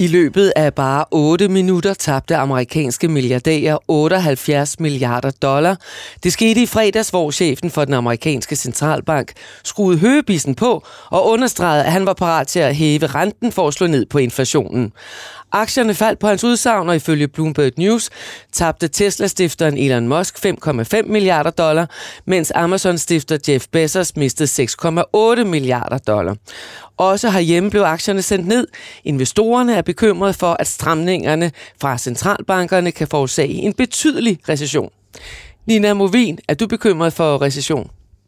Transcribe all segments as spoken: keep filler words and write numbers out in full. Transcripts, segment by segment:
I løbet af bare otte minutter tabte amerikanske milliardærer otteoghalvfjerds milliarder dollar. Det skete i fredags, hvor chefen for den amerikanske centralbank skruede høgebissen på og understregede, at han var parat til at hæve renten for at slå ned på inflationen. Aktierne faldt på hans udsagn, og ifølge Bloomberg News tabte Tesla-stifteren Elon Musk fem komma fem milliarder dollar, mens Amazon-stifter Jeff Bezos mistede seks komma otte milliarder dollar. Også herhjemme blev aktierne sendt ned. Investorerne er bekymrede for, at stramningerne fra centralbankerne kan forårsage en betydelig recession. Nina Movin, er du bekymret for recession?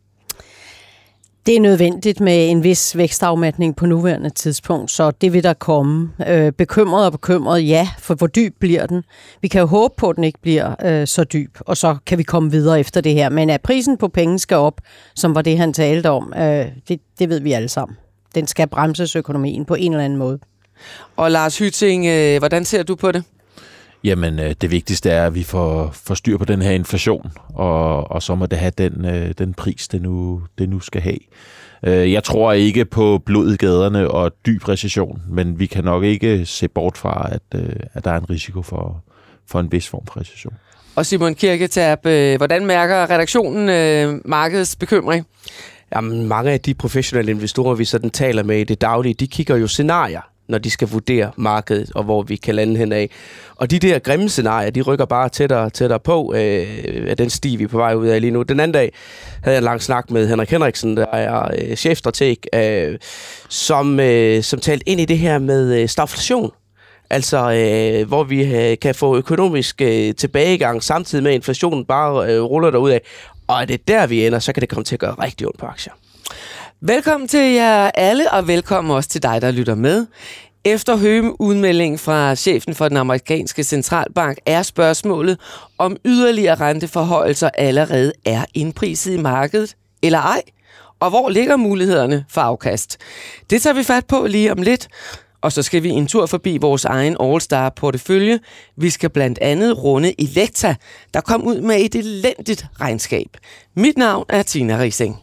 Det er nødvendigt med en vis vækstafmatning på nuværende tidspunkt, så det vil der komme. Øh, bekymret og bekymret, ja, for hvor dyb bliver den? Vi kan jo håbe på, at den ikke bliver øh, så dyb, og så kan vi komme videre efter det her. Men at prisen på penge skal op, som var det, han talte om, øh, det, det ved vi alle sammen. Den skal bremses økonomien på en eller anden måde. Og Lars Hytting, øh, hvordan ser du på det? Jamen, det vigtigste er, at vi får, får styr på den her inflation, og, og så må det have den, den pris, det nu, det nu skal have. Jeg tror ikke på blod i gaderne og dyb recession, men vi kan nok ikke se bort fra, at, at der er en risiko for, for en vis form for recession. Og Simon Kirketab, hvordan mærker redaktionen øh, markedets bekymring? Jamen, mange af de professionelle investorer, vi sådan taler med i det daglige, de kigger jo scenarier, når de skal vurdere markedet, og hvor vi kan lande hen af. Og de der grimme scenarier, de rykker bare tættere tættere på øh, af den sti, vi er på vej ud af lige nu. Den anden dag havde jeg en lang snak med Henrik Henriksen, der er øh, chefstrateg, øh, som, øh, som talte ind i det her med øh, stagflation. Altså, øh, hvor vi øh, kan få økonomisk øh, tilbagegang, samtidig med at inflationen bare øh, ruller derudad. Og er det der, vi ender, så kan det komme til at gøre rigtig ondt på aktier. Velkommen til jer alle, og velkommen også til dig, der lytter med. Efter høgeudmeldingen fra chefen for den amerikanske centralbank er spørgsmålet, om yderligere renteforhøjelser allerede er indpriset i markedet, eller ej, og hvor ligger mulighederne for afkast. Det tager vi fat på lige om lidt, og så skal vi en tur forbi vores egen All-Star-portefølje. Vi skal blandt andet runde Elekta, der kom ud med et elendigt regnskab. Mit navn er Tina Rising.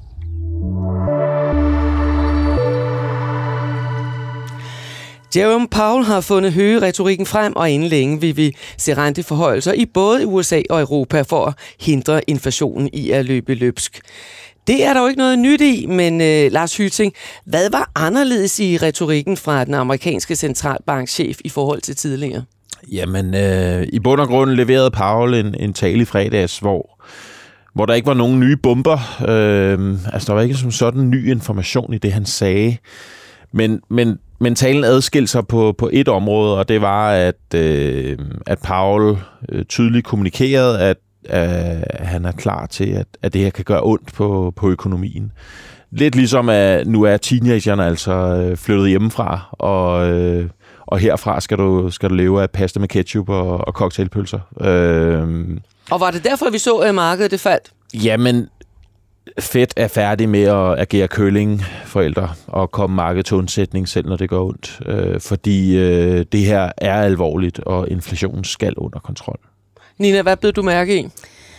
Jerome Powell har fundet høgeretorikken frem, og inden længe vil vi se renteforhøjelser i både U S A og Europa for at hindre inflationen i at løbe løbsk. Det er der jo ikke noget nyt i, men øh, Lars Hytting, hvad var anderledes i retorikken fra den amerikanske centralbankchef i forhold til tidligere? Jamen, øh, i bund og grund leverede Powell en, en tale i fredags, hvor, hvor der ikke var nogen nye bomber. Øh, altså, der var ikke som sådan ny information i det, han sagde. Men, men, men talen adskilte sig på, på et område, og det var, at, øh, at Powell øh, tydeligt kommunikerede, at øh, han er klar til, at, at det her kan gøre ondt på, på økonomien. Lidt ligesom, at nu er teenagerne altså øh, flyttet hjemmefra, og, øh, og herfra skal du, skal du leve af pasta med ketchup og, og cocktailpølser. Øh, og var det derfor, vi så, at markedet det faldt? Jamen, Fed er færdig med at agere curlingforældre og komme markedet til undsætning, selv når det går ondt. Øh, fordi øh, det her er alvorligt, og inflationen skal under kontrol. Nina, hvad blev du mærke i?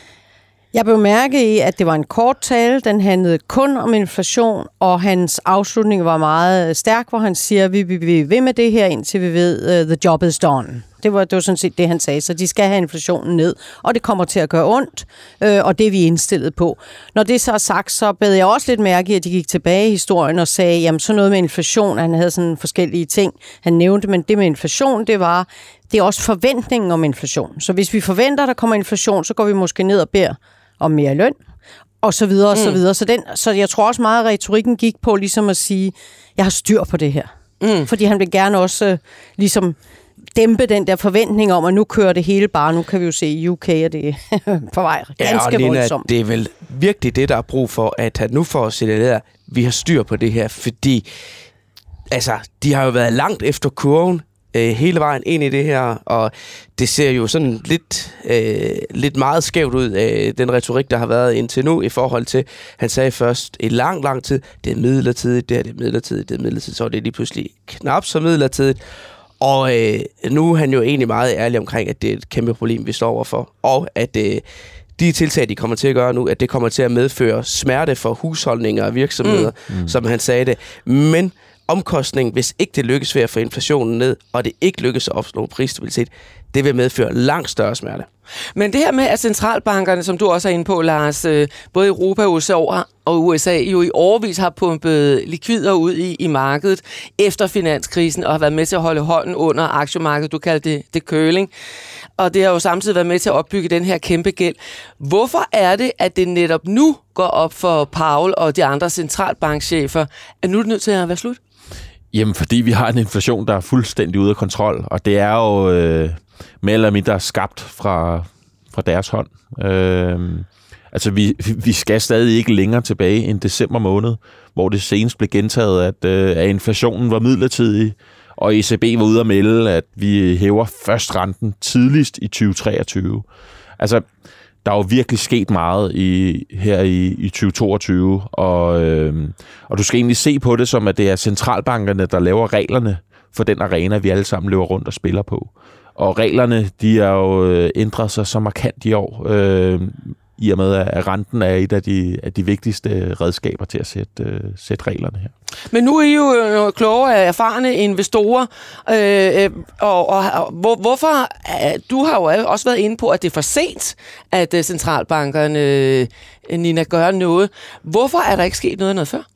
Jeg blev mærke i, at det var en kort tale. Den handlede kun om inflation, og hans afslutning var meget stærk, hvor han siger, at vi vil ved med det her, indtil vi ved, uh, the job is done. Det var, det var sådan set det, han sagde. Så de skal have inflationen ned, og det kommer til at gøre ondt, øh, og det er vi indstillet på. Når det så er sagt, så bed jeg også lidt mærke i, at de gik tilbage i historien og sagde, jamen så noget med inflation, han havde sådan forskellige ting, han nævnte, men det med inflation, det var, det er også forventningen om inflation. Så hvis vi forventer, der kommer inflation, så går vi måske ned og beder om mere løn, og så videre, og så videre. Så, den, så jeg tror også meget, at retorikken gik på ligesom at sige, jeg har styr på det her. Mm. Fordi han vil gerne også øh, ligesom dæmpe den der forventning om, at nu kører det hele bare. Nu kan vi jo se i U K, at det er på vej ganske ja, og Nina, voldsomt. Det er vel virkelig det, der er brug for, at han nu får signaleret, vi har styr på det her, fordi altså, de har jo været langt efter kurven øh, hele vejen ind i det her, og det ser jo sådan lidt, øh, lidt meget skævt ud af den retorik, der har været indtil nu, i forhold til, han sagde først i lang, lang tid, det er midlertidigt, det er det midlertidigt, det er midlertidigt, så er det lige pludselig knap så midlertidigt. Og øh, nu er han jo egentlig meget ærlig omkring, at det er et kæmpe problem, vi står overfor. Og at øh, de tiltag, de kommer til at gøre nu, at det kommer til at medføre smerte for husholdninger og virksomheder, mm. Mm. som han sagde det. Men omkostningen, hvis ikke det lykkes ved at få inflationen ned, og det ikke lykkes at opnå prisstabilitet, det vil medføre langt større smerte. Men det her med, at centralbankerne, som du også er inde på, Lars, både Europa og U S A, og U S A jo i årevis har pumpet likvider ud i, i markedet efter finanskrisen og har været med til at holde hånden under aktiemarkedet. Du kalder det, det køling. Og det har jo samtidig været med til at opbygge den her kæmpe gæld. Hvorfor er det, at det netop nu går op for Powell og de andre centralbankchefer, at nu er det nødt til at være slut? Jamen, fordi vi har en inflation, der er fuldstændig ude af kontrol, og det er jo øh, mere eller mindre skabt fra, fra deres hånd. Øh, altså, vi, vi skal stadig ikke længere tilbage end december måned, hvor det senest blev gentaget, at, øh, at inflationen var midlertidig, og E C B var ude at melde, at vi hæver først renten tidligst i tyve treogtyve. Altså, der er jo virkelig sket meget i, her i, i tyve toogtyve, og, øh, og du skal egentlig se på det som, at det er centralbankerne, der laver reglerne for den arena, vi alle sammen løber rundt og spiller på. Og reglerne, de er jo ændret sig så markant i år, øh, i og med, at renten er et af de, af de vigtigste redskaber til at sætte, øh, sætte reglerne her. Men nu er I jo øh, kloge og erfarne investorer, øh, øh, og, og, og hvor, hvorfor, øh, du har jo også været inde på, at det er for sent, at øh, centralbankerne, øh, Nina, gør noget. Hvorfor er der ikke sket noget noget før?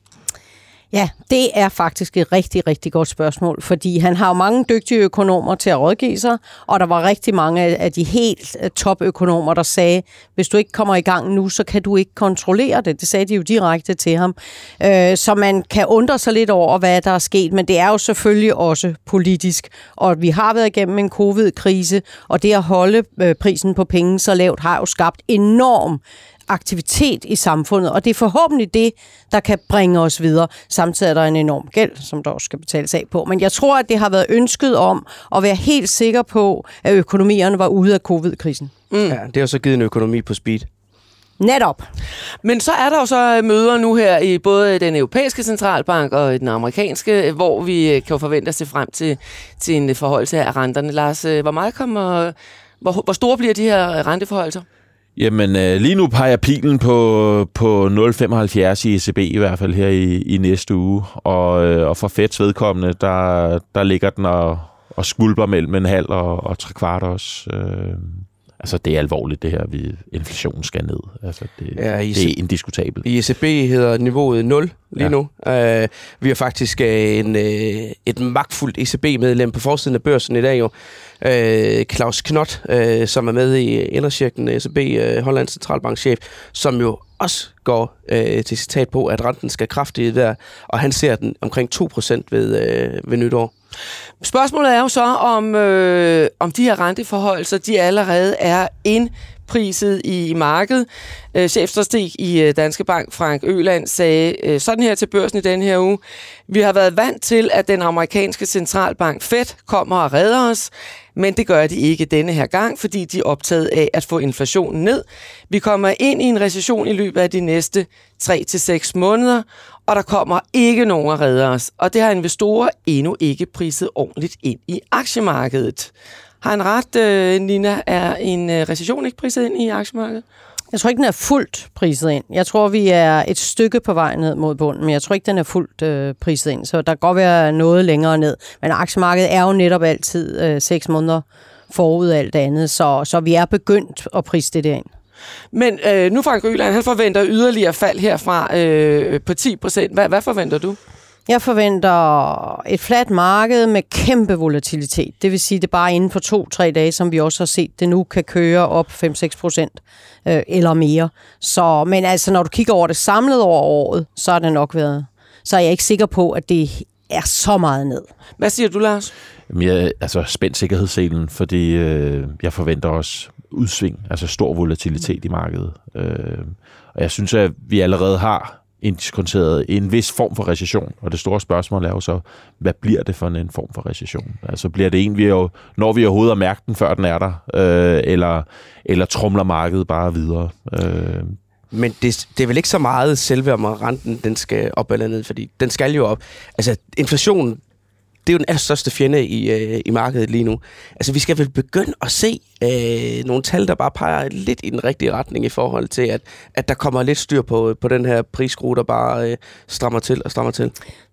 Ja, det er faktisk et rigtig, rigtig godt spørgsmål, fordi han har jo mange dygtige økonomer til at rådgive sig, og der var rigtig mange af de helt topøkonomer, der sagde, hvis du ikke kommer i gang nu, så kan du ikke kontrollere det. Det sagde de jo direkte til ham. Så man kan undre sig lidt over, hvad der er sket, men det er jo selvfølgelig også politisk, og vi har været igennem en covid-krise, og det at holde prisen på penge så lavt har jo skabt enorm aktivitet i samfundet, og det er forhåbentlig det, der kan bringe os videre. Samtidig er der en enorm gæld, som der også skal betales af på. Men jeg tror, at det har været ønsket om at være helt sikker på, at økonomierne var ude af covid-krisen. Mm. Ja, det har så givet en økonomi på speed. Netop. Men så er der jo så møder nu her i både den europæiske centralbank og den amerikanske, hvor vi kan forvente os til frem til, til en forholdelse af renterne. Lars, hvor meget kommer, hvor, hvor store bliver de her renteforholdelser? Jamen, øh, lige nu peger pilen på, på nul komma femoghalvfjerds i E C B i hvert fald her i, i næste uge, og, øh, og for Feds vedkommende, der, der ligger den og, og skvulper mellem en halv og, og tre kvart også. Øh, altså, det er alvorligt det her, vi inflationen skal ned. Altså, det, ja, det er indiskutabelt. I E C B hedder niveauet nul lige ja. nu. Uh, vi har faktisk uh, en, uh, et magtfuldt E C B-medlem på forsiden af børsen i dag jo. Uh, Klaus Knot, uh, som er med i indercirklen, E C B, uh, Hollands centralbankchef, som jo også går uh, til citat på, at renten skal kraftigt der, og han ser den omkring to procent ved, uh, ved nytår. Spørgsmålet er jo så, om, øh, om de her renteforholdelser, de allerede er indpriset i markedet. Øh, chefstrateg i øh, Danske Bank, Frank Øland, sagde øh, sådan her til børsen i den her uge: vi har været vant til, at den amerikanske centralbank Fed kommer og redder os, men det gør de ikke denne her gang, fordi de er optaget af at få inflationen ned. Vi kommer ind i en recession i løbet af de næste tre til seks måneder, og der kommer ikke nogen at redde os. Og det har investorer endnu ikke priset ordentligt ind i aktiemarkedet. Har han ret, øh, Nina? Er en øh, recession ikke priset ind i aktiemarkedet? Jeg tror ikke, den er fuldt priset ind. Jeg tror, vi er et stykke på vej ned mod bunden, men jeg tror ikke, den er fuldt øh, priset ind. Så der kan godt være noget længere ned. Men aktiemarkedet er jo netop altid øh, seks måneder forud af alt andet, så, så vi er begyndt at prise det derind. Men øh, nu Frank Øland, han forventer yderligere fald herfra øh, på ti procent. Hvad, hvad forventer du? Jeg forventer et fladt marked med kæmpe volatilitet. Det vil sige, at det bare inden for to-tre dage, som vi også har set, det nu kan køre op fem til seks procent øh, eller mere. Så, men altså, når du kigger over det samlet over året, så er det nok været. Så er jeg ikke sikker på, at det er så meget ned. Hvad siger du, Lars? Jamen, jeg, altså spændt sikkerhedsselen, fordi øh, jeg forventer også udsving, altså stor volatilitet i markedet. Øh, og jeg synes, at vi allerede har inddiskonteret en vis form for recession, og det store spørgsmål er jo så, hvad bliver det for en form for recession? Altså bliver det en, vi jo, når vi overhovedet har mærket den, før den er der, øh, eller, eller tromler markedet bare videre? Øh. Men det, det er vel ikke så meget selve, om renten den skal op eller ned, fordi den skal jo op. Altså inflationen, det er jo den allerstørste fjende i, øh, i markedet lige nu. Altså, vi skal vel begynde at se øh, nogle tal, der bare peger lidt i den rigtige retning i forhold til, at, at der kommer lidt styr på, på den her prisskrue, der bare øh, strammer til og strammer til.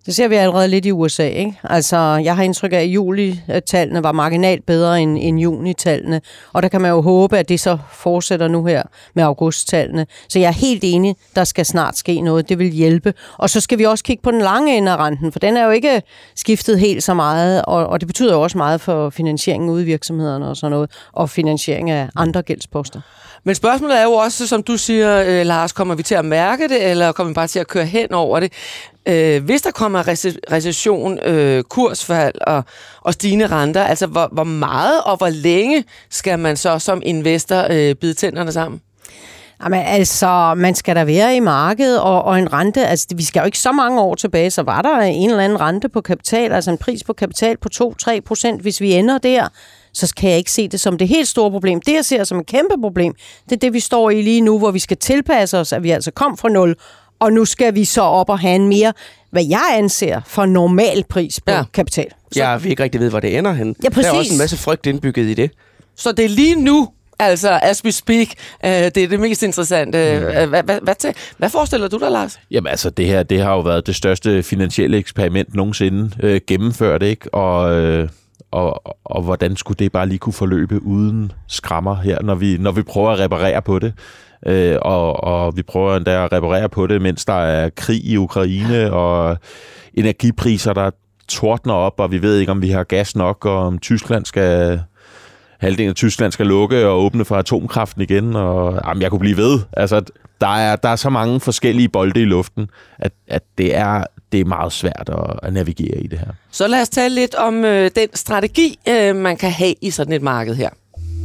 Det ser vi allerede lidt i U S A, ikke? Altså, jeg har indtryk af, at juli-tallene var marginalt bedre end, end juni-tallene, og der kan man jo håbe, at det så fortsætter nu her med august-tallene. Så jeg er helt enig, der skal snart ske noget. Det vil hjælpe. Og så skal vi også kigge på den lange ende af renten, for den er jo ikke skiftet helt så meget, og, og det betyder jo også meget for finansieringen ude i virksomhederne og sådan noget, og finansiering af andre gældsposter. Men spørgsmålet er jo også, som du siger, øh, Lars, kommer vi til at mærke det, eller kommer vi bare til at køre hen over det? Øh, hvis der kommer rece- recession, øh, kursfald og, og stigende renter, altså hvor, hvor meget og hvor længe skal man så som investor øh, bide tænderne sammen? Jamen altså, man skal da være i markedet, og, og en rente, altså vi skal jo ikke så mange år tilbage, så var der en eller anden rente på kapital, altså en pris på kapital på to til tre procent, hvis vi ender der, så kan jeg ikke se det som det helt store problem. Det, jeg ser som et kæmpe problem, det er det, vi står i lige nu, hvor vi skal tilpasse os, at vi altså kom fra nul, og nu skal vi så op og have en mere, hvad jeg anser for normal pris på ja. kapital. Så. Jeg vil ikke rigtig vide, hvor det ender hen. Ja, præcis. Der er også en masse frygt indbygget i det. Så det er lige nu, altså as we speak, øh, det er det mest interessante. Hvad, hvad, hvad, hvad, hvad forestiller du dig, Lars? Jamen altså, det her det har jo været det største finansielle eksperiment nogensinde øh, gennemført, ikke? Og... Øh Og, og hvordan skulle det bare lige kunne forløbe uden skrammer her, når vi, når vi prøver at reparere på det. Øh, og, og vi prøver endda at reparere på det, mens der er krig i Ukraine, og energipriser, der tordner op, og vi ved ikke, om vi har gas nok, og om Tyskland skal... halvdelen af Tyskland skal lukke og åbne for atomkraften igen, og jamen, jeg kunne blive ved. Altså, der er, der er så mange forskellige bolde i luften, at, at det er... det er meget svært at, at navigere i det her. Så lad os tale lidt om øh, den strategi, øh, man kan have i sådan et marked her.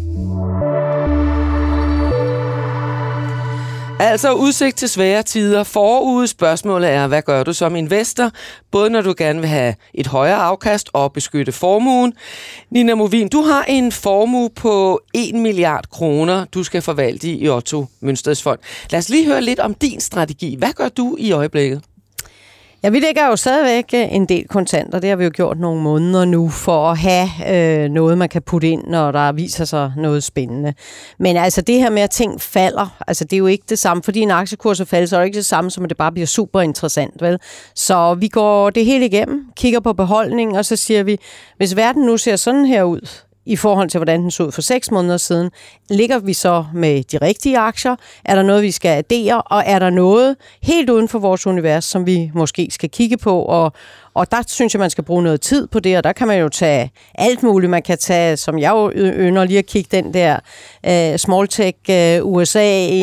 Altså udsigt til svære tider forude. Spørgsmålet er, hvad gør du som investor? Både når du gerne vil have et højere afkast og beskytte formuen. Nina Movin, du har en formue på en milliard kroner, du skal forvalte i Otto Mønsteds Fond. Lad os lige høre lidt om din strategi. Hvad gør du i øjeblikket? Ja, vi lægger jo stadigvæk en del kontanter. Det har vi jo gjort nogle måneder nu, for at have øh, noget, man kan putte ind, når der viser sig noget spændende. Men altså det her med, at ting falder, altså det er jo ikke det samme. Fordi en aktiekurs er faldet, så er det ikke det samme, som at det bare bliver super interessant, vel? Så vi går det hele igennem, kigger på beholdningen, og så siger vi, hvis verden nu ser sådan her ud, i forhold til, hvordan den så ud for seks måneder siden, ligger vi så med de rigtige aktier? Er der noget, vi skal addere? Og er der noget helt uden for vores univers, som vi måske skal kigge på? Og, og der synes jeg, man skal bruge noget tid på det, og der kan man jo tage alt muligt. Man kan tage, som jeg jo ynder lige at kigge den der uh, Smalltech uh, U S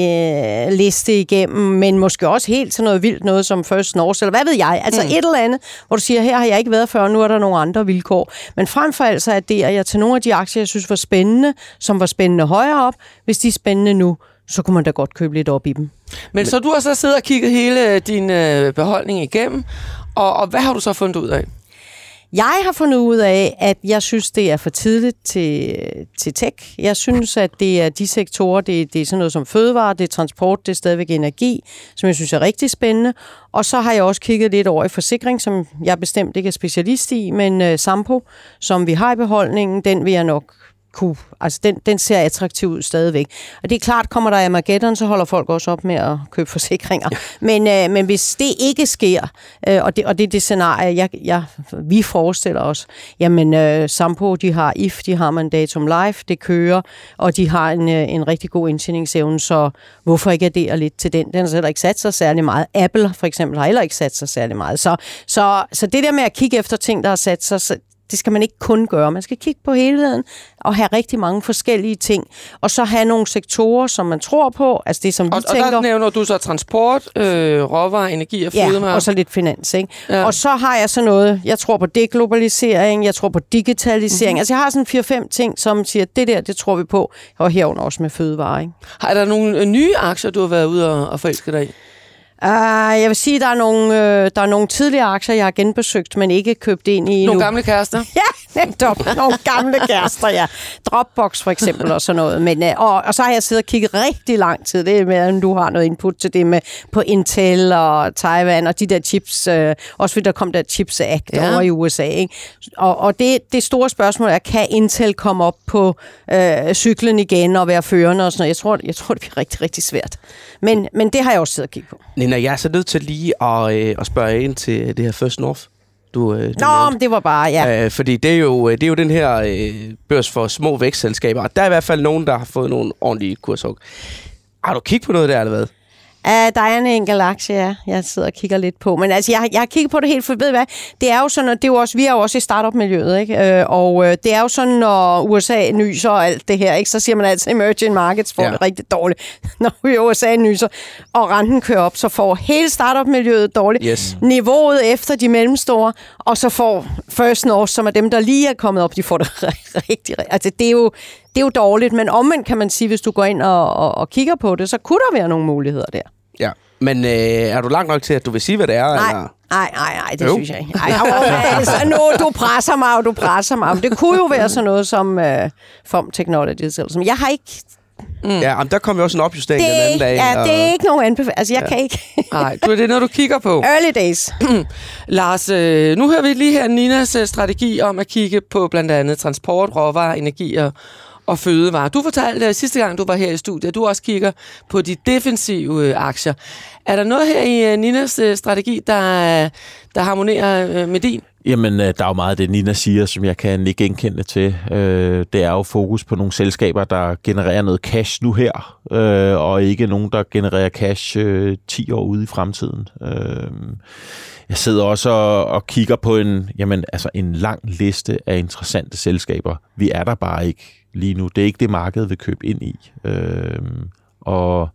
A-liste uh, igennem, men måske også helt til noget vildt, noget som First North, eller hvad ved jeg? Altså mm. et eller andet, hvor du siger, her har jeg ikke været før, nu er der nogle andre vilkår. Men frem for alt så adderer jeg til nogle af de aktier, jeg synes var spændende, som var spændende højere op. Hvis de er spændende nu, så kunne man da godt købe lidt op i dem. Men så du har så siddet og kigget hele din øh, beholdning igennem, og, og hvad har du så fundet ud af? Jeg har fundet ud af, at jeg synes, det er for tidligt til, til tech. Jeg synes, at det er de sektorer, det, det er sådan noget som fødevare, det er transport, det er stadigvæk energi, som jeg synes er rigtig spændende. Og så har jeg også kigget lidt over i forsikring, som jeg bestemt ikke er specialist i, men uh, Sampo, som vi har i beholdningen, den vil jeg nok kunne, altså den, den ser attraktiv ud stadigvæk. Og det er klart, kommer der Armageddon, så holder folk også op med at købe forsikringer. Ja. Men, øh, men hvis det ikke sker, øh, og, det, og det er det scenarie, jeg, jeg, vi forestiller os, jamen øh, Sampo, de har I F, de har Mandatum Life, det kører, og de har en, øh, en rigtig god indtjeningsevne, så hvorfor ikke addere lidt til den? Den har heller ikke sat sig særlig meget. Apple for eksempel har heller ikke sat sig særlig meget. Så, så, så det der med at kigge efter ting, der har sat sig, så det skal man ikke kun gøre. Man skal kigge på helheden og have rigtig mange forskellige ting. Og så have nogle sektorer, som man tror på. Altså det, som vi og, tænker. Og der nævner du så transport, øh, råvarer, energi og fødevarer. Ja, og så lidt finans, ikke? Ja. Og så har jeg så noget, jeg tror på deglobalisering, jeg tror på digitalisering. Mm-hmm. Altså jeg har sådan fire-fem ting, som siger, det der, det tror vi på. Og herunder også med fødevarer, ikke? Har der nogle nye aktier, du har været ude og, og forelske dig i? Uh, jeg vil sige, at der er nogle, øh, der er nogle tidligere aktier, jeg har genbesøgt, men ikke købt ind i Nogle nu. gamle kærester? Ja, Netop. Nogle gamle kærester, ja. Dropbox for eksempel og sådan noget. Men, og, og så har jeg siddet og kigget rigtig lang tid. Det er med, at du har noget input til det med på Intel og Taiwan og de der chips. Øh, også fordi der kom der Chips Act ja. over i U S A. Ikke? Og, og det, det store spørgsmål er, kan Intel komme op på øh, cyklen igen og være førende og sådan noget? Jeg tror, jeg tror, det bliver rigtig, rigtig svært. Men, men det har jeg også siddet og kigget på. Nina, jeg er så nødt til lige at, øh, at spørge ind til det her First North. Du, øh, du Nå, men det var bare, ja. Øh, fordi det er, jo, det er jo den her øh, børs for små vækstselskaber, og der er i hvert fald nogen, der har fået nogle ordentlige kurshug. Har du kigget på noget der, eller hvad? Uh, der er en enkelt aktie, ja. Jeg sidder og kigger lidt på. Men altså, jeg, jeg har kigget på det helt, for ved hvad? Det er jo sådan, og det er jo også, vi er jo også i startup-miljøet, ikke? Uh, og uh, det er jo sådan, når U S A nyser og alt det her, ikke? Så siger man altså, emerging markets får ja. det rigtig dårligt. Når U S A nyser, og renten kører op, så får hele startup-miljøet dårligt. Yes. Niveauet efter de mellemstore, og så får First North, som er dem, der lige er kommet op, de får det rigtig, altså det er jo, det er jo dårligt. Men omvendt kan man sige, hvis du går ind og, og, og kigger på det, så kunne der være nogle muligheder der. Ja, men øh, er du langt nok til, at du vil sige, hvad det er? Nej, eller? nej, nej, nej, det jo. synes jeg ikke. Ej, altså, nu, du presser mig, og du presser mig. Men det kunne jo være sådan noget som øh, F O M Technologies. Eller sådan. Jeg har ikke... Mm. Ja, men der kom jo også en opjustering det, den anden dag. Ja, og... det er ikke nogen anbefaling. Altså, jeg ja. kan ikke... Nej, det er noget, du kigger på. Early days. Lars, øh, nu hører vi lige her Ninas strategi om at kigge på blandt andet transport, råvarer, energi og og fødevarer. Du fortalte sidste gang, du var her i studiet, at du også kigger på de defensive øh, aktier. Er der noget her i øh, Ninas øh, strategi, der, der harmonerer øh, med din? Jamen, der er jo meget af det, Nina siger, som jeg kan ikke genkende til. Det er jo fokus på nogle selskaber, der genererer noget cash nu her, og ikke nogen, der genererer cash ti år ude i fremtiden. Jeg sidder også og kigger på en, jamen, altså en lang liste af interessante selskaber. Vi er der bare ikke lige nu. Det er ikke det, markedet vil købe ind i. Og...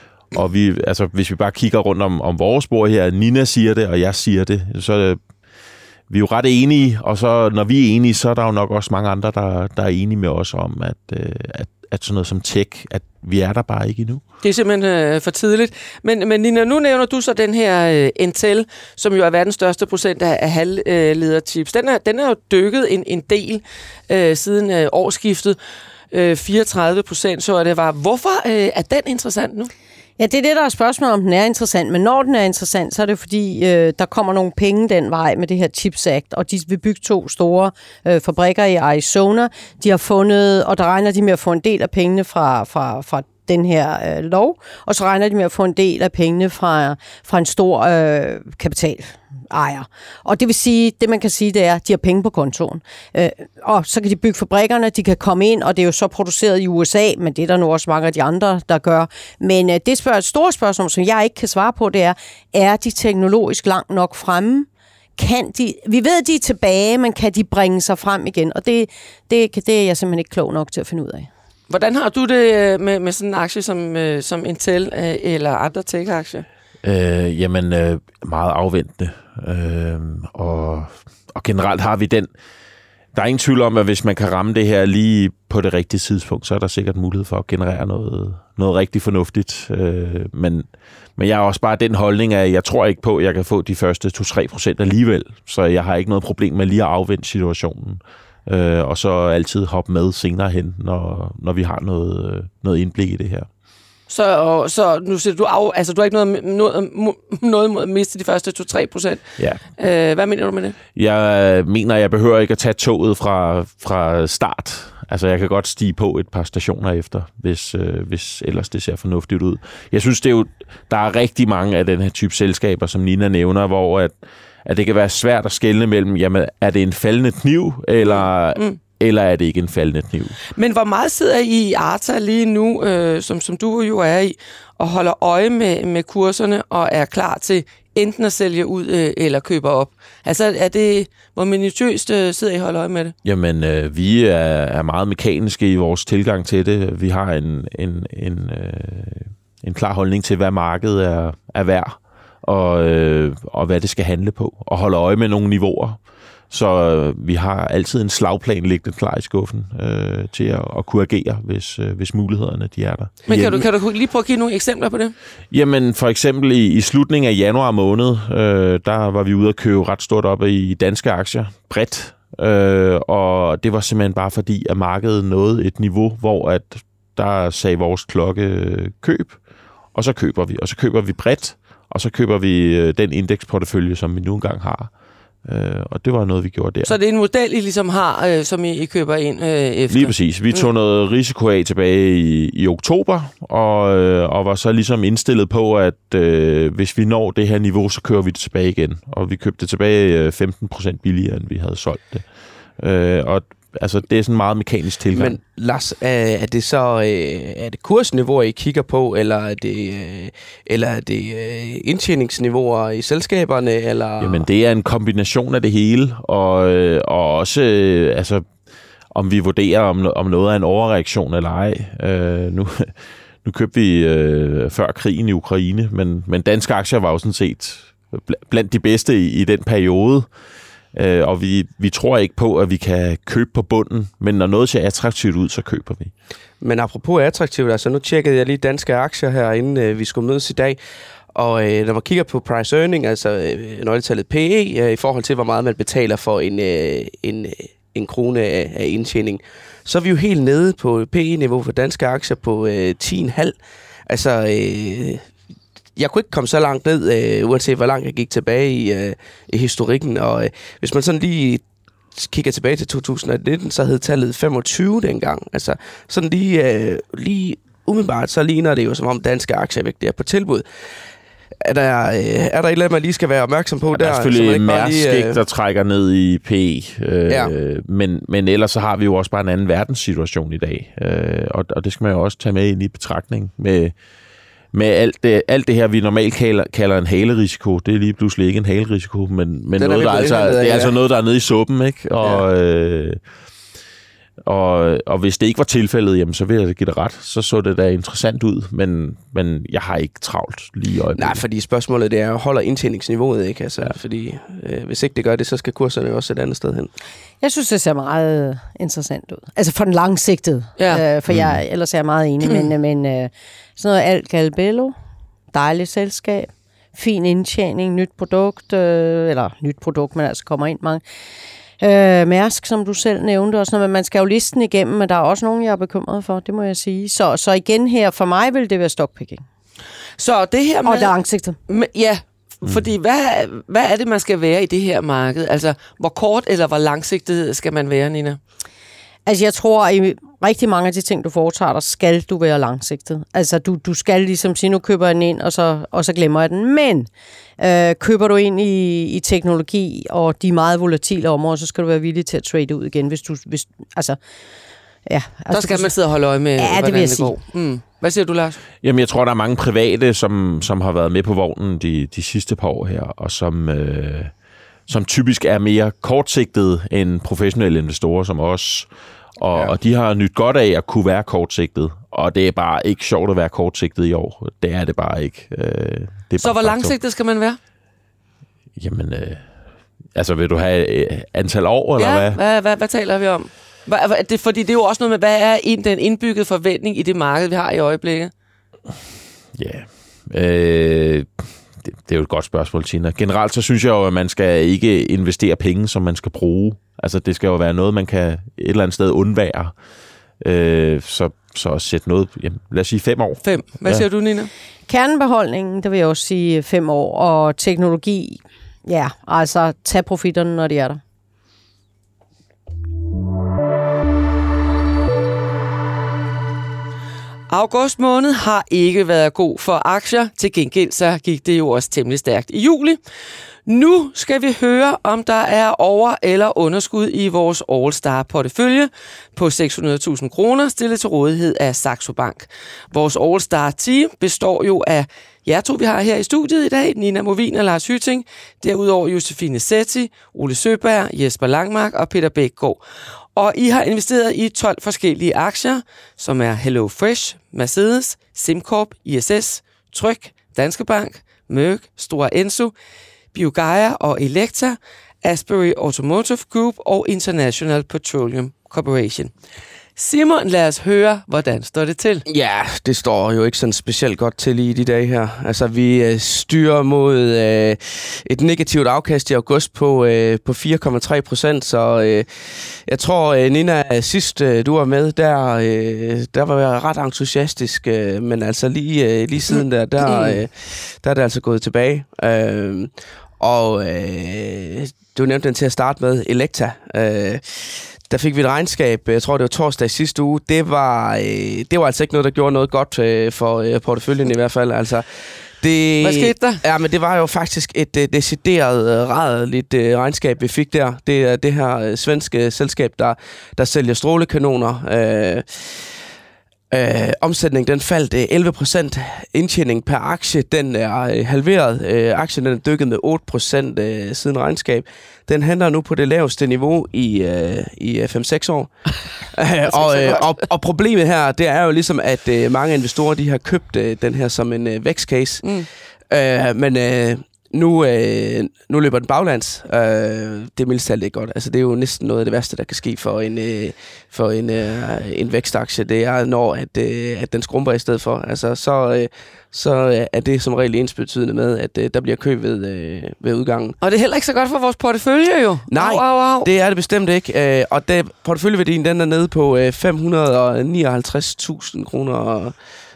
Og vi, altså, hvis vi bare kigger rundt om, om vores bord her, Nina siger det, og jeg siger det, så er det, vi er jo ret enige, og så når vi er enige, så er der jo nok også mange andre, der, der er enige med os om, at, at, at sådan noget som tech, at vi er der bare ikke endnu. Det er simpelthen øh, for tidligt. Men, men Nina, nu nævner du så den her øh, Intel, som jo er verdens største procent af, af halvlederchips. Den er, den er jo dykket en, en del øh, siden øh, årsskiftet. Øh, fireogtredive procent, så er det var. Hvorfor øh, er den interessant nu? Ja, det er det, der er spørgsmålet, om den er interessant. Men når den er interessant, så er det fordi, øh, der kommer nogle penge den vej med det her Chips Act, og de vil bygge to store øh, fabrikker i Arizona. De har fundet, og der regner de med at få en del af pengene fra, fra, fra den her øh, lov, og så regner de med at få en del af pengene fra, fra en stor øh, kapitalejer. Og det vil sige, det man kan sige, det er, at de har penge på kontoen. Øh, og så kan de bygge fabrikkerne, de kan komme ind, og det er jo så produceret i U S A, men det er der nu også mange af de andre, der gør. Men øh, det spørg- store spørgsmål, som jeg ikke kan svare på, det er, er de teknologisk langt nok fremme? Kan de, vi ved, at de er tilbage, men kan de bringe sig frem igen? Og det, det, det er jeg simpelthen ikke klog nok til at finde ud af. Hvordan har du det med, med sådan en aktie som, som Intel eller andre tech-aktier? Øh, jamen, øh, meget afventende. Øh, og, og generelt har vi den... Der er ingen tvivl om, at hvis man kan ramme det her lige på det rigtige tidspunkt, så er der sikkert mulighed for at generere noget, noget rigtig fornuftigt. Øh, men, men jeg har også bare den holdning, at jeg tror ikke på, at jeg kan få de første to til tre procent alligevel. Så jeg har ikke noget problem med lige at afvente situationen. Øh, og så altid hoppe med senere hen, når, når vi har noget, noget indblik i det her. Så, og, så nu siger du af, altså du har ikke noget, noget, noget mod at miste de første to til tre procent. Ja. Øh, hvad mener du med det? Jeg mener, jeg behøver ikke at tage toget fra, fra start. Altså, jeg kan godt stige på et par stationer efter, hvis, øh, hvis ellers det ser fornuftigt ud. Jeg synes, det er jo, der er rigtig mange af den her type selskaber, som Nina nævner, hvor at, at det kan være svært at skelne mellem, jamen, er det en faldende kniv, eller... Mm. Eller er det ikke en faldende kniv? Men hvor meget sidder I i Arta lige nu, øh, som, som du jo er i, og holder øje med, med kurserne, og er klar til enten at sælge ud øh, eller købe op? Altså, er det, hvor minutiøst øh, sidder I og holder øje med det? Jamen, øh, vi er, er meget mekaniske i vores tilgang til det. Vi har en, en, en, øh, en klar holdning til, hvad markedet er, er værd, og, øh, og hvad det skal handle på, og holde øje med nogle niveauer. Så vi har altid en slagplan liggende klar i skuffen øh, til at, at kunne agere, hvis, øh, hvis mulighederne de er der. Men kan du, kan du lige prøve at give nogle eksempler på det? Jamen for eksempel i, i slutningen af januar måned, øh, der var vi ude at købe ret stort op i danske aktier, bredt. Øh, og det var simpelthen bare fordi, at markedet nåede et niveau, hvor at der sagde vores klokke køb, og så køber vi. Og så køber vi bredt, og så køber vi øh, den indeksportefølje, som vi nu engang har. Øh, og det var noget, vi gjorde der. Så det er en model, I ligesom har, øh, som I, I køber ind øh, efter? Lige præcis. Vi tog mm. noget risiko af tilbage i, i oktober, og, øh, og var så ligesom indstillet på, at øh, hvis vi når det her niveau, så kører vi det tilbage igen. Og vi købte det tilbage femten procent billigere, end vi havde solgt det. Øh, og altså, det er sådan meget mekanisk tilgang. Men Lars, er det så er det kursniveauer, I kigger på, eller er det, eller er det indtjeningsniveauer i selskaberne? Eller? Jamen, det er en kombination af det hele, og, og også altså, om vi vurderer, om, om noget er en overreaktion eller ej. Uh, nu, nu købte vi uh, før krigen i Ukraine, men, men danske aktier var jo sådan set blandt de bedste i, i den periode. Uh, og vi, vi tror ikke på, at vi kan købe på bunden, men når noget ser attraktivt ud, så køber vi. Men apropos attraktivt, altså nu tjekkede jeg lige danske aktier her, inden uh, vi skulle mødes i dag, og uh, når man kigger på price earning, altså uh, nøgletallet P E, uh, i forhold til, hvor meget man betaler for en, uh, en, uh, en krone af, af indtjening, så er vi jo helt nede på P E-niveau for danske aktier på uh, ti komma fem. Altså... Uh, Jeg kunne ikke komme så langt ned, øh, uanset hvor langt jeg gik tilbage i, øh, i historikken. Og øh, hvis man sådan lige kigger tilbage til to tusind nitten, så hed tallet femogtyve dengang. Altså sådan lige, øh, lige umiddelbart, så ligner det jo som om danske aktier er på tilbud. Er der, øh, er der et eller andet, man lige skal være opmærksom på? Ja, der er selvfølgelig Mærsk, lige, øh... der trækker ned i P E. Øh, ja. men, men ellers så har vi jo også bare en anden verdenssituation i dag. Øh, og, og det skal man jo også tage med ind i betragtning med... Med alt det, alt det her, vi normalt kalder, kalder en halerisiko, det er lige pludselig ikke en halerisiko, men, men noget, der altså, det er ja. altså noget, der er nede i suppen, ikke? Og, ja. øh, og, og hvis det ikke var tilfældet, jamen, så vil jeg give det ret. Så så det da interessant ud, men, men jeg har ikke travlt lige i øjeblikket. Nej, fordi spørgsmålet det er, holder indtjeningsniveauet, ikke? Altså, ja. Fordi øh, hvis ikke det gør det, så skal kurserne jo også et andet sted hen. Jeg synes, det ser meget interessant ud. Altså for den langsigtede. Ja. Øh, for mm. jeg ellers er jeg meget enig, men, men øh, sådan noget alt Galbello, dejligt selskab, fin indtjening, nyt produkt, øh, eller nyt produkt, men altså kommer ind mange. Øh, Mærsk, som du selv nævnte, og sådan noget, men man skal jo listen igennem, men der er også nogen, jeg er bekymret for, det må jeg sige. Så, så igen her, for mig vil det være stockpicking. Så det her med... Og langsigtet. Med, ja, fordi hvad, hvad er det, man skal være i det her marked? Altså, hvor kort eller hvor langsigtet skal man være, Nina? Altså, jeg tror, at i rigtig mange af de ting, du foretager dig, skal du være langsigtet. Altså, du, du skal ligesom sige, nu køber jeg den ind, og så, og så glemmer jeg den. Men øh, køber du ind i, i teknologi og de meget volatile områder, så skal du være villig til at trade ud igen, hvis du... Hvis, altså, ja, altså, der skal man sidde og holde øje med, ja, hvordan det, det går. Mm. Hvad siger du, Lars? Jamen, jeg tror, der er mange private, som, som har været med på vognen de, de sidste par år her, og som... Øh som typisk er mere kortsigtede end professionelle investorer som os. Og, ja. og de har nyt godt af at kunne være kortsigtet. Og det er bare ikke sjovt at være kortsigtet i år. Det er det bare ikke. Øh, det er Så bare hvor langsigtet skal man være? Jamen, øh, altså vil du have øh, antal år, eller ja, hvad? hvad, hvad, hvad taler vi om? Hvad, det, fordi det er jo også noget med, hvad er ind, den indbyggede forventning i det marked, vi har i øjeblikket? Ja, øh... Det, det er jo et godt spørgsmål, Tina. Generelt så synes jeg jo, at man skal ikke investere penge, som man skal bruge. Altså, det skal jo være noget, man kan et eller andet sted undvære. Øh, så, så sætte noget... Jamen, lad os sige fem år. Fem. Hvad ja. siger du, Nina? Kernebeholdningen, der vil jeg også sige fem år. Og teknologi, ja, altså tag profitterne, når de er der. August måned har ikke været god for aktier. Til gengæld så gik det jo også temmelig stærkt i juli. Nu skal vi høre, om der er over- eller underskud i vores All-Star-portefølje på seks hundrede tusind kroner stillet til rådighed af Saxo Bank. Vores All-Star-team består jo af jer to, vi har her i studiet i dag, Nina Movin og Lars Hytting. Derudover Josefine Setti, Ole Søberg, Jesper Langmark og Peter Bækgaard. Og I har investeret i tolv forskellige aktier, som er Hello Fresh, Mercedes, SimCorp, I S S, Tryg, Danske Bank, Mørk, Stora Enso, BioGaia og Elekta, Asbury Automotive Group og International Petroleum Corporation. Simon, lad os høre, hvordan står det til? Ja, det står jo ikke sådan specielt godt til i de dage her. Altså, vi øh, styrer mod øh, et negativt afkast i august på, øh, på fire komma tre procent, så øh, jeg tror, øh, Nina, sidst øh, du var med, der, øh, der var jeg ret entusiastisk, øh, men altså lige, øh, lige siden der, der, øh, der er det altså gået tilbage. Øh, og øh, du nævnte den til at starte med, Elekta. Øh, Der fik vi et regnskab, jeg tror det var torsdag sidste uge. Det var, øh, det var altså ikke noget, der gjorde noget godt øh, for øh, porteføljen i hvert fald. Altså, det, Hvad skete der? Ja, men det var jo faktisk et øh, decideret øh, rædeligt øh, regnskab, vi fik der. Det er det her øh, svenske selskab, der, der sælger strålekanoner. Øh, Øh, omsætningen den faldt øh, elleve procent. Indtjening per aktie den er øh, halveret. Øh, aktien den er dykket med otte procent øh, siden regnskab. Den handler nu på det laveste niveau i, øh, i fem seks år. og, øh, og, og problemet her, det er jo ligesom, at øh, mange investorer de har købt øh, den her som en øh, vækstcase. Mm. Øh, men øh, nu, øh, nu løber den baglands. Øh, det er mildest talt ikke godt. Altså, det er jo næsten noget af det værste, der kan ske for en, øh, for en, øh, en vækstaktie. Det er, når at, øh, at den skrumper i stedet for. Altså, så, øh, så er det som regel ensbetydende med, at øh, der bliver køb ved, øh, ved udgangen. Og det er heller ikke så godt for vores portefølje, jo. Nej, au, au, au. det er det bestemt ikke. Øh, og det, porteføljeværdien den er nede på øh, fem hundrede og nioghalvtreds tusind kroner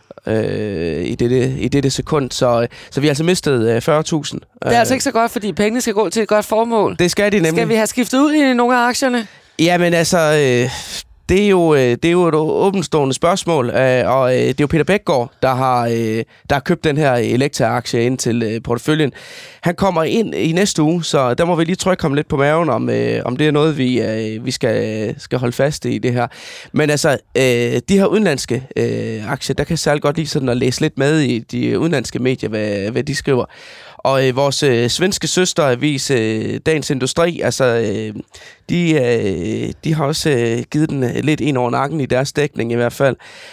Øh, i, dette, i dette sekund, så, så vi har altså mistet øh, fyrre tusind. Det er altså ikke så godt, fordi pengene skal gå til et godt formål. Det skal de nemlig. Skal vi have skiftet ud i nogle af aktierne? Jamen altså, øh, det, er jo, det er jo et åbenstående spørgsmål, øh, og øh, det er jo Peter Bækgaard, der har, øh, der har købt den her Elekta-aktie ind til øh, porteføljen. Han kommer ind i næste uge, så der må vi lige trykke ham lidt på maven, om, øh, om det er noget, vi, øh, vi skal, skal holde fast i det her. Men altså, øh, de her udenlandske øh, aktier, der kan jeg særlig godt lide sådan at læse lidt med i de udenlandske medier, hvad, hvad de skriver. Og øh, vores øh, svenske søsteravis, øh, Dagens Industri, altså, øh, de, øh, de har også øh, givet den lidt ind over nakken i deres dækning i hvert fald.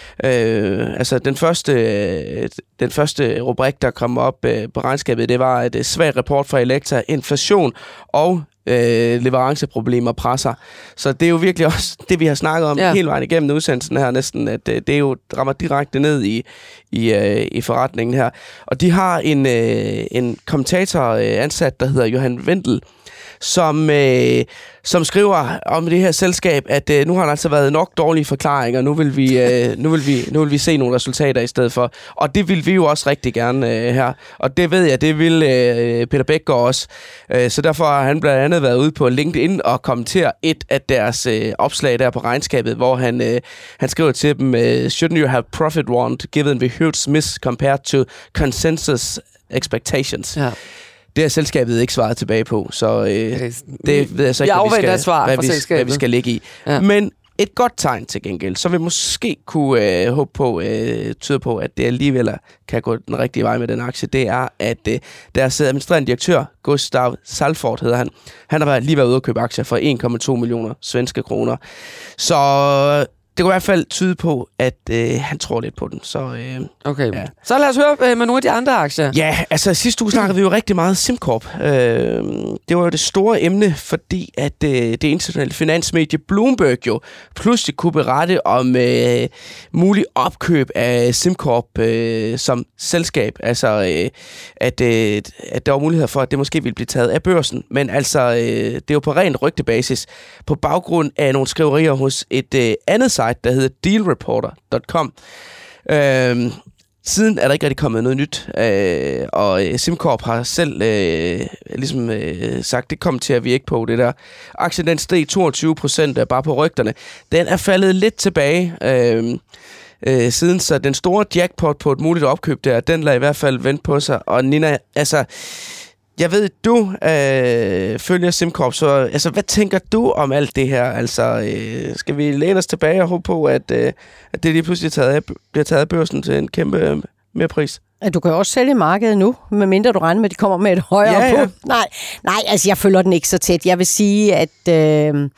Øh, altså, den første, øh, den første rubrik, der kom op øh, på regnskabet, det var et øh, svag rapport fra Elekta, inflation og øh, leveranceproblemer presser. Så det er jo virkelig også det, vi har snakket om ja. hele vejen igennem udsendelsen her næsten, at øh, det er jo rammer direkte ned i, i, øh, i forretningen her. Og de har en, øh, en kommentator øh, ansat, der hedder Johan Wendel, som, øh, som skriver om det her selskab, at øh, nu har der altså været nok dårlige forklaringer, nu vil vi, øh, nu vil vi, nu vil vi se nogle resultater i stedet for. Og det vil vi jo også rigtig gerne øh, her. Og det ved jeg, det vil øh, Peter Bækgaard også. Øh, så derfor har han blandt andet været ude på LinkedIn og kommentere et af deres øh, opslag der på regnskabet, hvor han, øh, han skriver til dem, øh, shouldn't you have profit warned given the huge miss compared to consensus expectations? Ja. Det har selskabet ikke svaret tilbage på, så øh, det ved jeg så ikke, hvad vi, skal, svar hvad, vi, hvad vi skal ligge i. Ja. Men et godt tegn til gengæld, så vi måske kunne øh, håbe på, øh, tyder på, at det alligevel kan gå den rigtige vej med den aktie, det er, at øh, deres administrerende direktør, Gustav Salford hedder han, han har lige været ude at købe aktier for en komma to millioner svenske kroner. Så det kunne i hvert fald tyde på, at øh, han tror lidt på den. Så, øh, okay. Ja. Så lad os høre øh, med nogle af de andre aktier. Ja, altså sidste uge snakkede vi jo rigtig meget SimCorp. Øh, det var jo det store emne, fordi at øh, det internationale finansmedie Bloomberg jo pludselig kunne berette om øh, mulig opkøb af SimCorp øh, som selskab. Altså, øh, at, øh, at der var muligheder for, at det måske ville blive taget af børsen. Men altså, øh, det er jo på ren rygtebasis på baggrund af nogle skriverier hos et øh, andet site, der hedder deal reporter punktum com. Øhm, siden er der ikke rigtig kommet noget nyt, øh, og SimCorp har selv øh, ligesom øh, sagt, det kommer til at virke på det der. Aktien den steg toogtyve procent bare på rygterne. Den er faldet lidt tilbage øh, øh, siden, så den store jackpot på et muligt opkøb der, den lader i hvert fald vente på sig. Og Nina, altså jeg ved, du øh, følger SimCorp, så altså, hvad tænker du om alt det her? Altså, øh, skal vi læne os tilbage og håbe på, at, øh, at det lige pludselig taget af, bliver taget af børsen til en kæmpe øh, mere pris? Du kan jo også sælge markedet nu, medmindre du regner med, at de kommer med et højere ja, ja. på. Nej, nej, altså jeg følger den ikke så tæt. Jeg vil sige, at øh,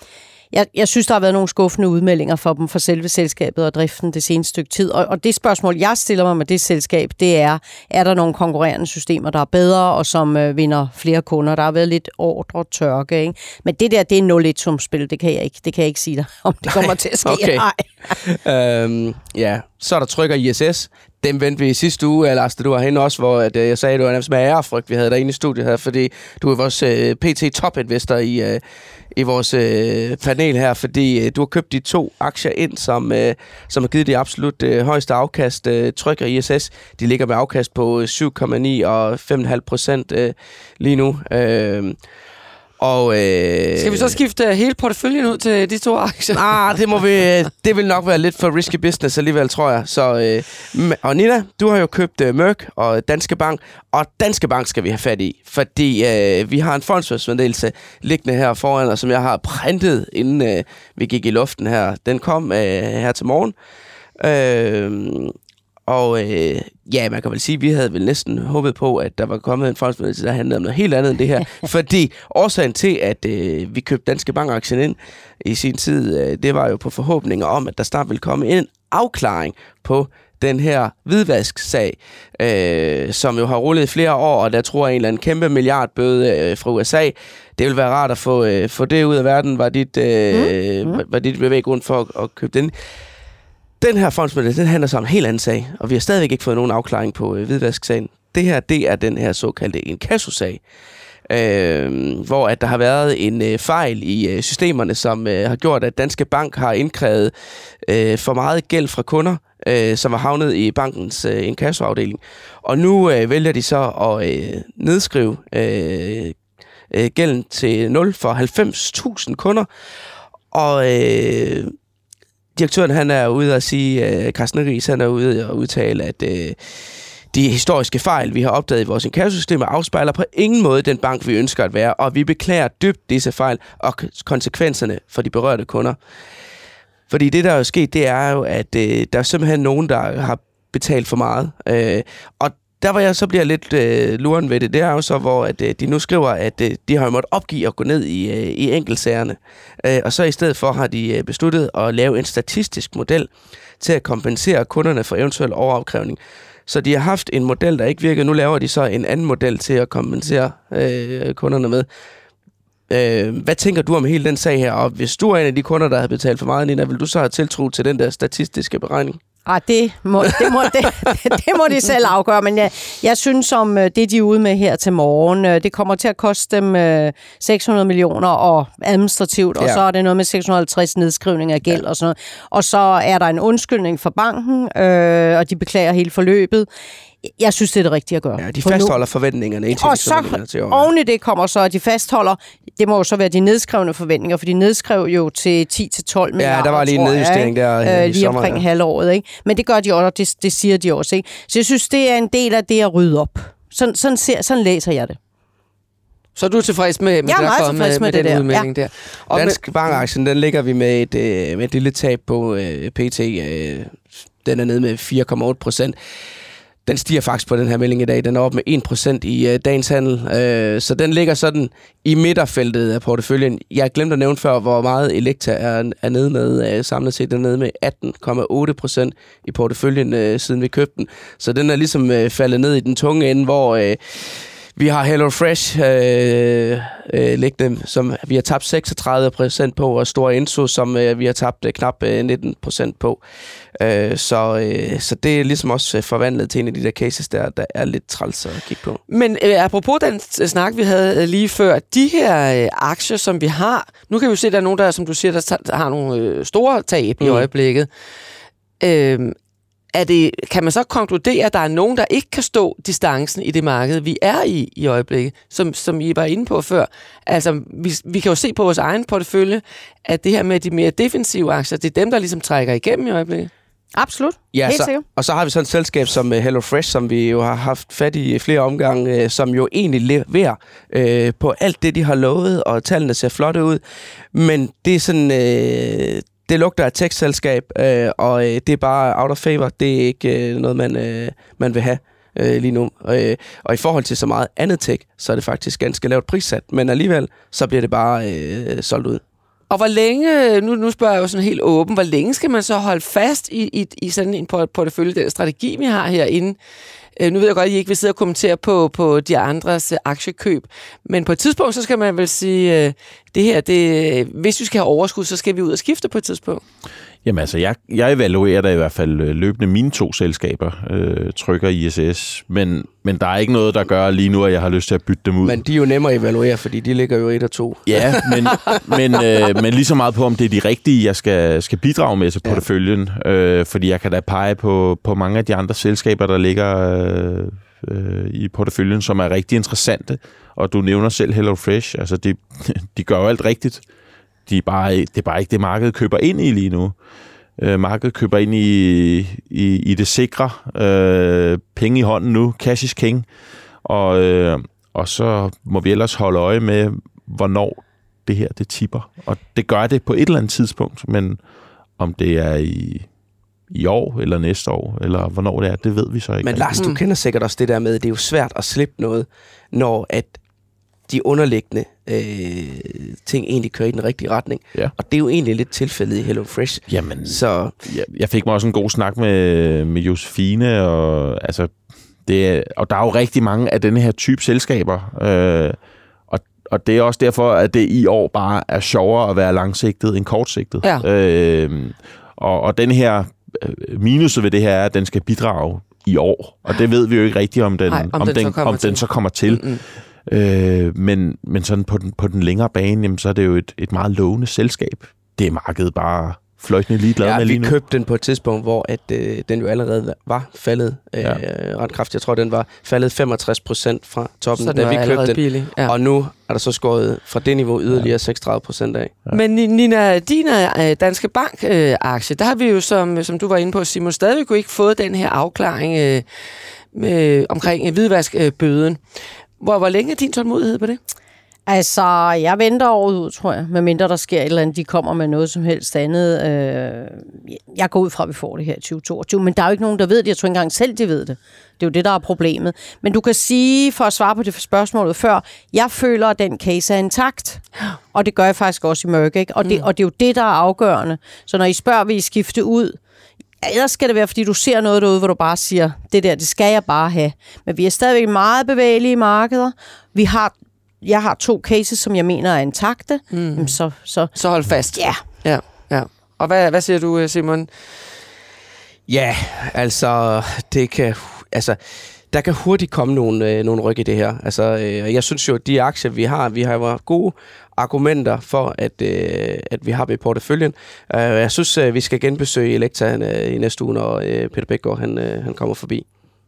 jeg, jeg synes, der har været nogle skuffende udmeldinger for dem for selve selskabet og driften det seneste stykke tid. Og, og det spørgsmål, jeg stiller mig med det selskab, det er, er der nogle konkurrerende systemer, der er bedre og som øh, vinder flere kunder? Der har været lidt ordre tørke, ikke? Men det der, det er nul et spil, det kan jeg ikke, det kan jeg ikke sige dig, om det kommer til at ske. Okay. Nej. øhm, ja, så er der Tryg og I S S. Dem vendte vi i sidste uge, Lars, da du var herinde også, hvor at, øh, jeg sagde, at det var nærmest med ærefrygt, vi havde derinde i studiet her, fordi du er vores øh, P T top-investor i, øh, i vores øh, panel her, fordi øh, du har købt de to aktier ind, som, øh, som har givet de absolut øh, højeste afkast. Øh, Tryg og I S S, de ligger med afkast på syv komma ni og fem komma fem procent øh, lige nu. Øh, Og, øh, Skal vi så skifte hele porteføljen ud til de to aktier? Ah, det må vi. Det vil nok være lidt for risky business alligevel, tror jeg. Så, øh, og Nina, du har jo købt øh, Mørk og Danske Bank, og Danske Bank skal vi have fat i, fordi øh, vi har en fondsmeddelelse liggende her foran os, som jeg har printet, inden øh, vi gik i luften her. Den kom øh, her til morgen. Øh, Og øh, ja, man kan vel sige, at vi havde vel næsten håbet på, at der var kommet en fondsmeddelelse, der handlede om noget helt andet end det her. Fordi årsagen til, at øh, vi købte Danske Bank-aktien ind i sin tid, øh, det var jo på forhåbninger om, at der snart ville komme en afklaring på den her hvidvasksag, øh, som jo har rullet i flere år, og der tror jeg en eller anden kæmpe milliardbøde øh, fra U S A. Det ville være rart at få, øh, få det ud af verden, var dit, øh, mm. var dit bevæggrund for at, at købe den. Den her fondsmeddelelse, den handler så om en helt anden sag, og vi har stadigvæk ikke fået nogen afklaring på øh, hvidvasksagen. Det her, det er den her såkaldte inkassosag, øh, hvor at der har været en øh, fejl i øh, systemerne, som øh, har gjort, at Danske Bank har indkrævet øh, for meget gæld fra kunder, øh, som har havnet i bankens øh, inkassoafdeling. Og nu øh, vælger de så at øh, nedskrive øh, øh, gælden til nul for halvfems tusind kunder, og øh, direktøren, han er ude at sige, uh, Carsten Riis, han er ude og udtale, at uh, de historiske fejl, vi har opdaget i vores inkassosystem, afspejler på ingen måde den bank, vi ønsker at være, og vi beklager dybt disse fejl og konsekvenserne for de berørte kunder. Fordi det, der er jo sket, det er jo, at uh, der er simpelthen nogen, der har betalt for meget. Uh, og der hvor jeg så bliver lidt øh, luren ved det, det er jo så, hvor at, øh, de nu skriver, at øh, de har måttet opgive at gå ned i, øh, i enkeltsagerne. Øh, og så i stedet for har de øh, besluttet at lave en statistisk model til at kompensere kunderne for eventuel overopkrævning. Så de har haft en model, der ikke virkede. Nu laver de så en anden model til at kompensere øh, kunderne med. Øh, hvad tænker du om hele den sag her? Og hvis du er en af de kunder, der har betalt for meget, Nina, vil du så have tiltro til den der statistiske beregning? Ah, det må, det, må, det, det må de selv afgøre, men jeg, jeg synes om det, de er ude med her til morgen, det kommer til at koste dem seks hundrede millioner og administrativt, ja. Og så er det noget med seks hundrede og halvtreds nedskrivning af gæld, ja. Og sådan noget. Og så er der en undskyldning for banken, øh, og de beklager hele forløbet. Jeg synes, det er det rigtige at gøre. Ja, de fastholder nu. Forventningerne. Og så til år, oven i det kommer så, at de fastholder, det må jo så være de nedskrevne forventninger, for de nedskrev jo til ti til tolv milliarder. Ja, der var lige en nedjustering der øh, i lige sommer, omkring ja. halvåret, ikke? Men det gør de også, og det, det siger de også, ikke? Så jeg synes, det er en del af det at rydde op. Sådan, sådan, ser, sådan læser jeg det. Så er du tilfreds med, med, jeg er meget der med, med, med den der. udmelding ja. Der? Og Dansk Bank-aktien, den ligger vi med et, øh, med et lille tab på øh, P T. Øh, den er nede med fire komma otte procent. Den stiger faktisk på den her melding i dag. Den er op med en procent i øh, dagens handel. Øh, så den ligger sådan i midterfeltet af porteføljen. Jeg glemte at nævne før, hvor meget Elekta er, er nede med. Øh, samlet set den er nede med atten komma otte procent i porteføljen, øh, siden vi købte den. Så den er ligesom øh, faldet ned i den tunge ende, hvor øh, vi har HelloFresh øh, øh, liggende, som vi har tabt seksogtredive procent på, og Stora Enso, som øh, vi har tabt øh, knap øh, nitten procent på. Øh, så, øh, så det er ligesom også forvandlet til en af de der cases, der, der er lidt træls at kigge på. Men øh, apropos den snak, vi havde øh, lige før, de her øh, aktier, som vi har, nu kan vi jo se, at der er nogen, der, som du siger, der, der har nogle øh, store tab mm. i øjeblikket. Øh, Er det, kan man så konkludere, at der er nogen, der ikke kan stå distancen i det marked, vi er i i øjeblikket, som, som I var inde på før? Altså, vi, vi kan jo se på vores egen portefølje, at det her med de mere defensive aktier, det er dem, der ligesom trækker igennem i øjeblikket. Absolut. Ja, helt så, sikkert. og så har vi sådan et selskab som HelloFresh, som vi jo har haft fat i flere omgange, som jo egentlig leverer øh, på alt det, de har lovet, og tallene ser flotte ud. Men det er sådan... Øh, Det lugter af et tech-selskab, øh, og øh, det er bare out of favor. Det er ikke øh, noget, man, øh, man vil have øh, lige nu. Øh, og i forhold til så meget andet tech, så er det faktisk ganske lavt prissat. Men alligevel, så bliver det bare øh, solgt ud. Og hvor længe, nu, nu spørger jeg jo sådan helt åben, hvor længe skal man så holde fast i, i, i sådan en portefølje, den strategi, vi har herinde? Øh, nu ved jeg godt, at I ikke vil sidde og kommentere på, på de andres øh, aktiekøb, men på et tidspunkt, så skal man vel sige, øh, det her, det, hvis vi skal have overskud, så skal vi ud og skifte på et tidspunkt. Jamen altså, jeg, jeg evaluerer da i hvert fald løbende mine to selskaber, øh, Tryg og I S S, men, men der er ikke noget, der gør lige nu, at jeg har lyst til at bytte dem ud. Men de er jo nemmere at evaluere, fordi de ligger jo et og to. Ja, men, men, øh, men lige så meget på, om det er de rigtige, jeg skal, skal bidrage med til porteføljen, ja. øh, fordi jeg kan da pege på, på mange af de andre selskaber, der ligger øh, øh, i porteføljen, som er rigtig interessante, og du nævner selv HelloFresh, altså de, de gør jo alt rigtigt. De er bare, det er bare ikke det, markedet køber ind i lige nu. Øh, markedet køber ind i, i, i det sikre. Øh, penge i hånden nu. Cash is king. Og, øh, og så må vi ellers holde øje med, hvornår det her det tipper. Og det gør det på et eller andet tidspunkt. Men om det er i, i år eller næste år, eller hvornår det er, det ved vi så ikke. Men Lars, du kender sikkert også det der med, det er jo svært at slippe noget, når at de underliggende øh, ting egentlig kører i den rigtige retning. Ja. Og det er jo egentlig lidt tilfældet i HelloFresh. Jamen, så jeg, jeg fik mig også en god snak med, med Josefine, og, altså, det, og der er jo rigtig mange af denne her type selskaber, øh, og, og det er også derfor, at det i år bare er sjovere at være langsigtet end kortsigtet. Ja. Øh, og, og den her minuset ved det her er, at den skal bidrage i år, og det ved vi jo ikke rigtigt, om den, Ej, om om den, den, så, kommer om den så kommer til. Mm-hmm. Øh, men, men sådan på den, på den længere bane, jamen, så er det jo et, et meget lovende selskab. Det er markedet bare fløjtende ligeglad ja, med lige nu. Vi købte den på et tidspunkt, hvor at, øh, den jo allerede var faldet øh, ja. ret kraftigt. Jeg tror, den var faldet femogtres procent fra toppen, så da vi købte den. Billig. Ja. Og nu er der så skåret fra det niveau yderligere ja. seksogtredive procent af. Ja. Men Nina, din Danske Bank-aktie, der har vi jo, som, som du var inde på, Simon, stadigvæk jo ikke fået den her afklaring øh, med, omkring hvidvaskbøden. Hvor, hvor længe er din tålmodighed på det? Altså, jeg venter året ud, tror jeg. Medmindre der sker et eller andet, de kommer med noget som helst andet. Øh, jeg går ud fra, at vi får det her i tyve toogtyve. Men der er jo ikke nogen, der ved det. Jeg tror ikke engang selv, de ved det. Det er jo det, der er problemet. Men du kan sige, for at svare på det spørgsmålet før, jeg føler, at den case er intakt. Og det gør jeg faktisk også i Merck, ikke? Og, det, mm. og det er jo det, der er afgørende. Så når I spørger, vil I skifte ud? Ellers skal det være, fordi du ser noget derude, hvor du bare siger, det der, det skal jeg bare have. Men vi er stadigvæk meget bevægelige markeder. Vi har, jeg har to cases, som jeg mener er intakte. Mm. Så, så, så hold fast. Ja. ja, ja. Og hvad, hvad siger du, Simon? Ja, altså, det kan... Altså, der kan hurtigt komme nogle, øh, nogle ryg i det her. Altså, øh, jeg synes jo, at de aktier, vi har, vi har jo gode argumenter for, at, øh, at vi har dem i porteføljen. Uh, jeg synes, øh, vi skal genbesøge Elekta øh, i næste uge, når øh, Peter Bækgaard, han, øh, han kommer forbi.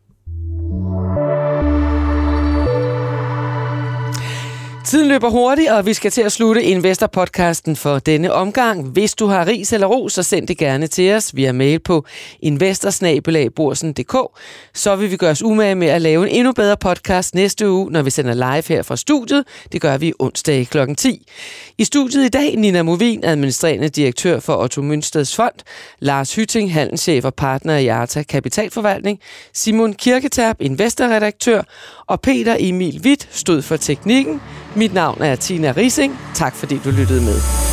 Tiden løber hurtigt, og vi skal til at slutte Investor-podcasten for denne omgang. Hvis du har ris eller ros, så send det gerne til os via mail på investor snabel-a borsen punktum d k. Så vil vi gøre os umage med at lave en endnu bedre podcast næste uge, når vi sender live her fra studiet. Det gør vi onsdag klokken ti. I studiet i dag, Nina Movin, administrerende direktør for Otto Mønsteds Fond, Lars Hytting, handelschef og partner i Arta Kapitalforvaltning, Simon Kirketerp, investorredaktør, og Peter Emil Witt stod for teknikken. Mit navn er Tina Rising. Tak fordi du lyttede med.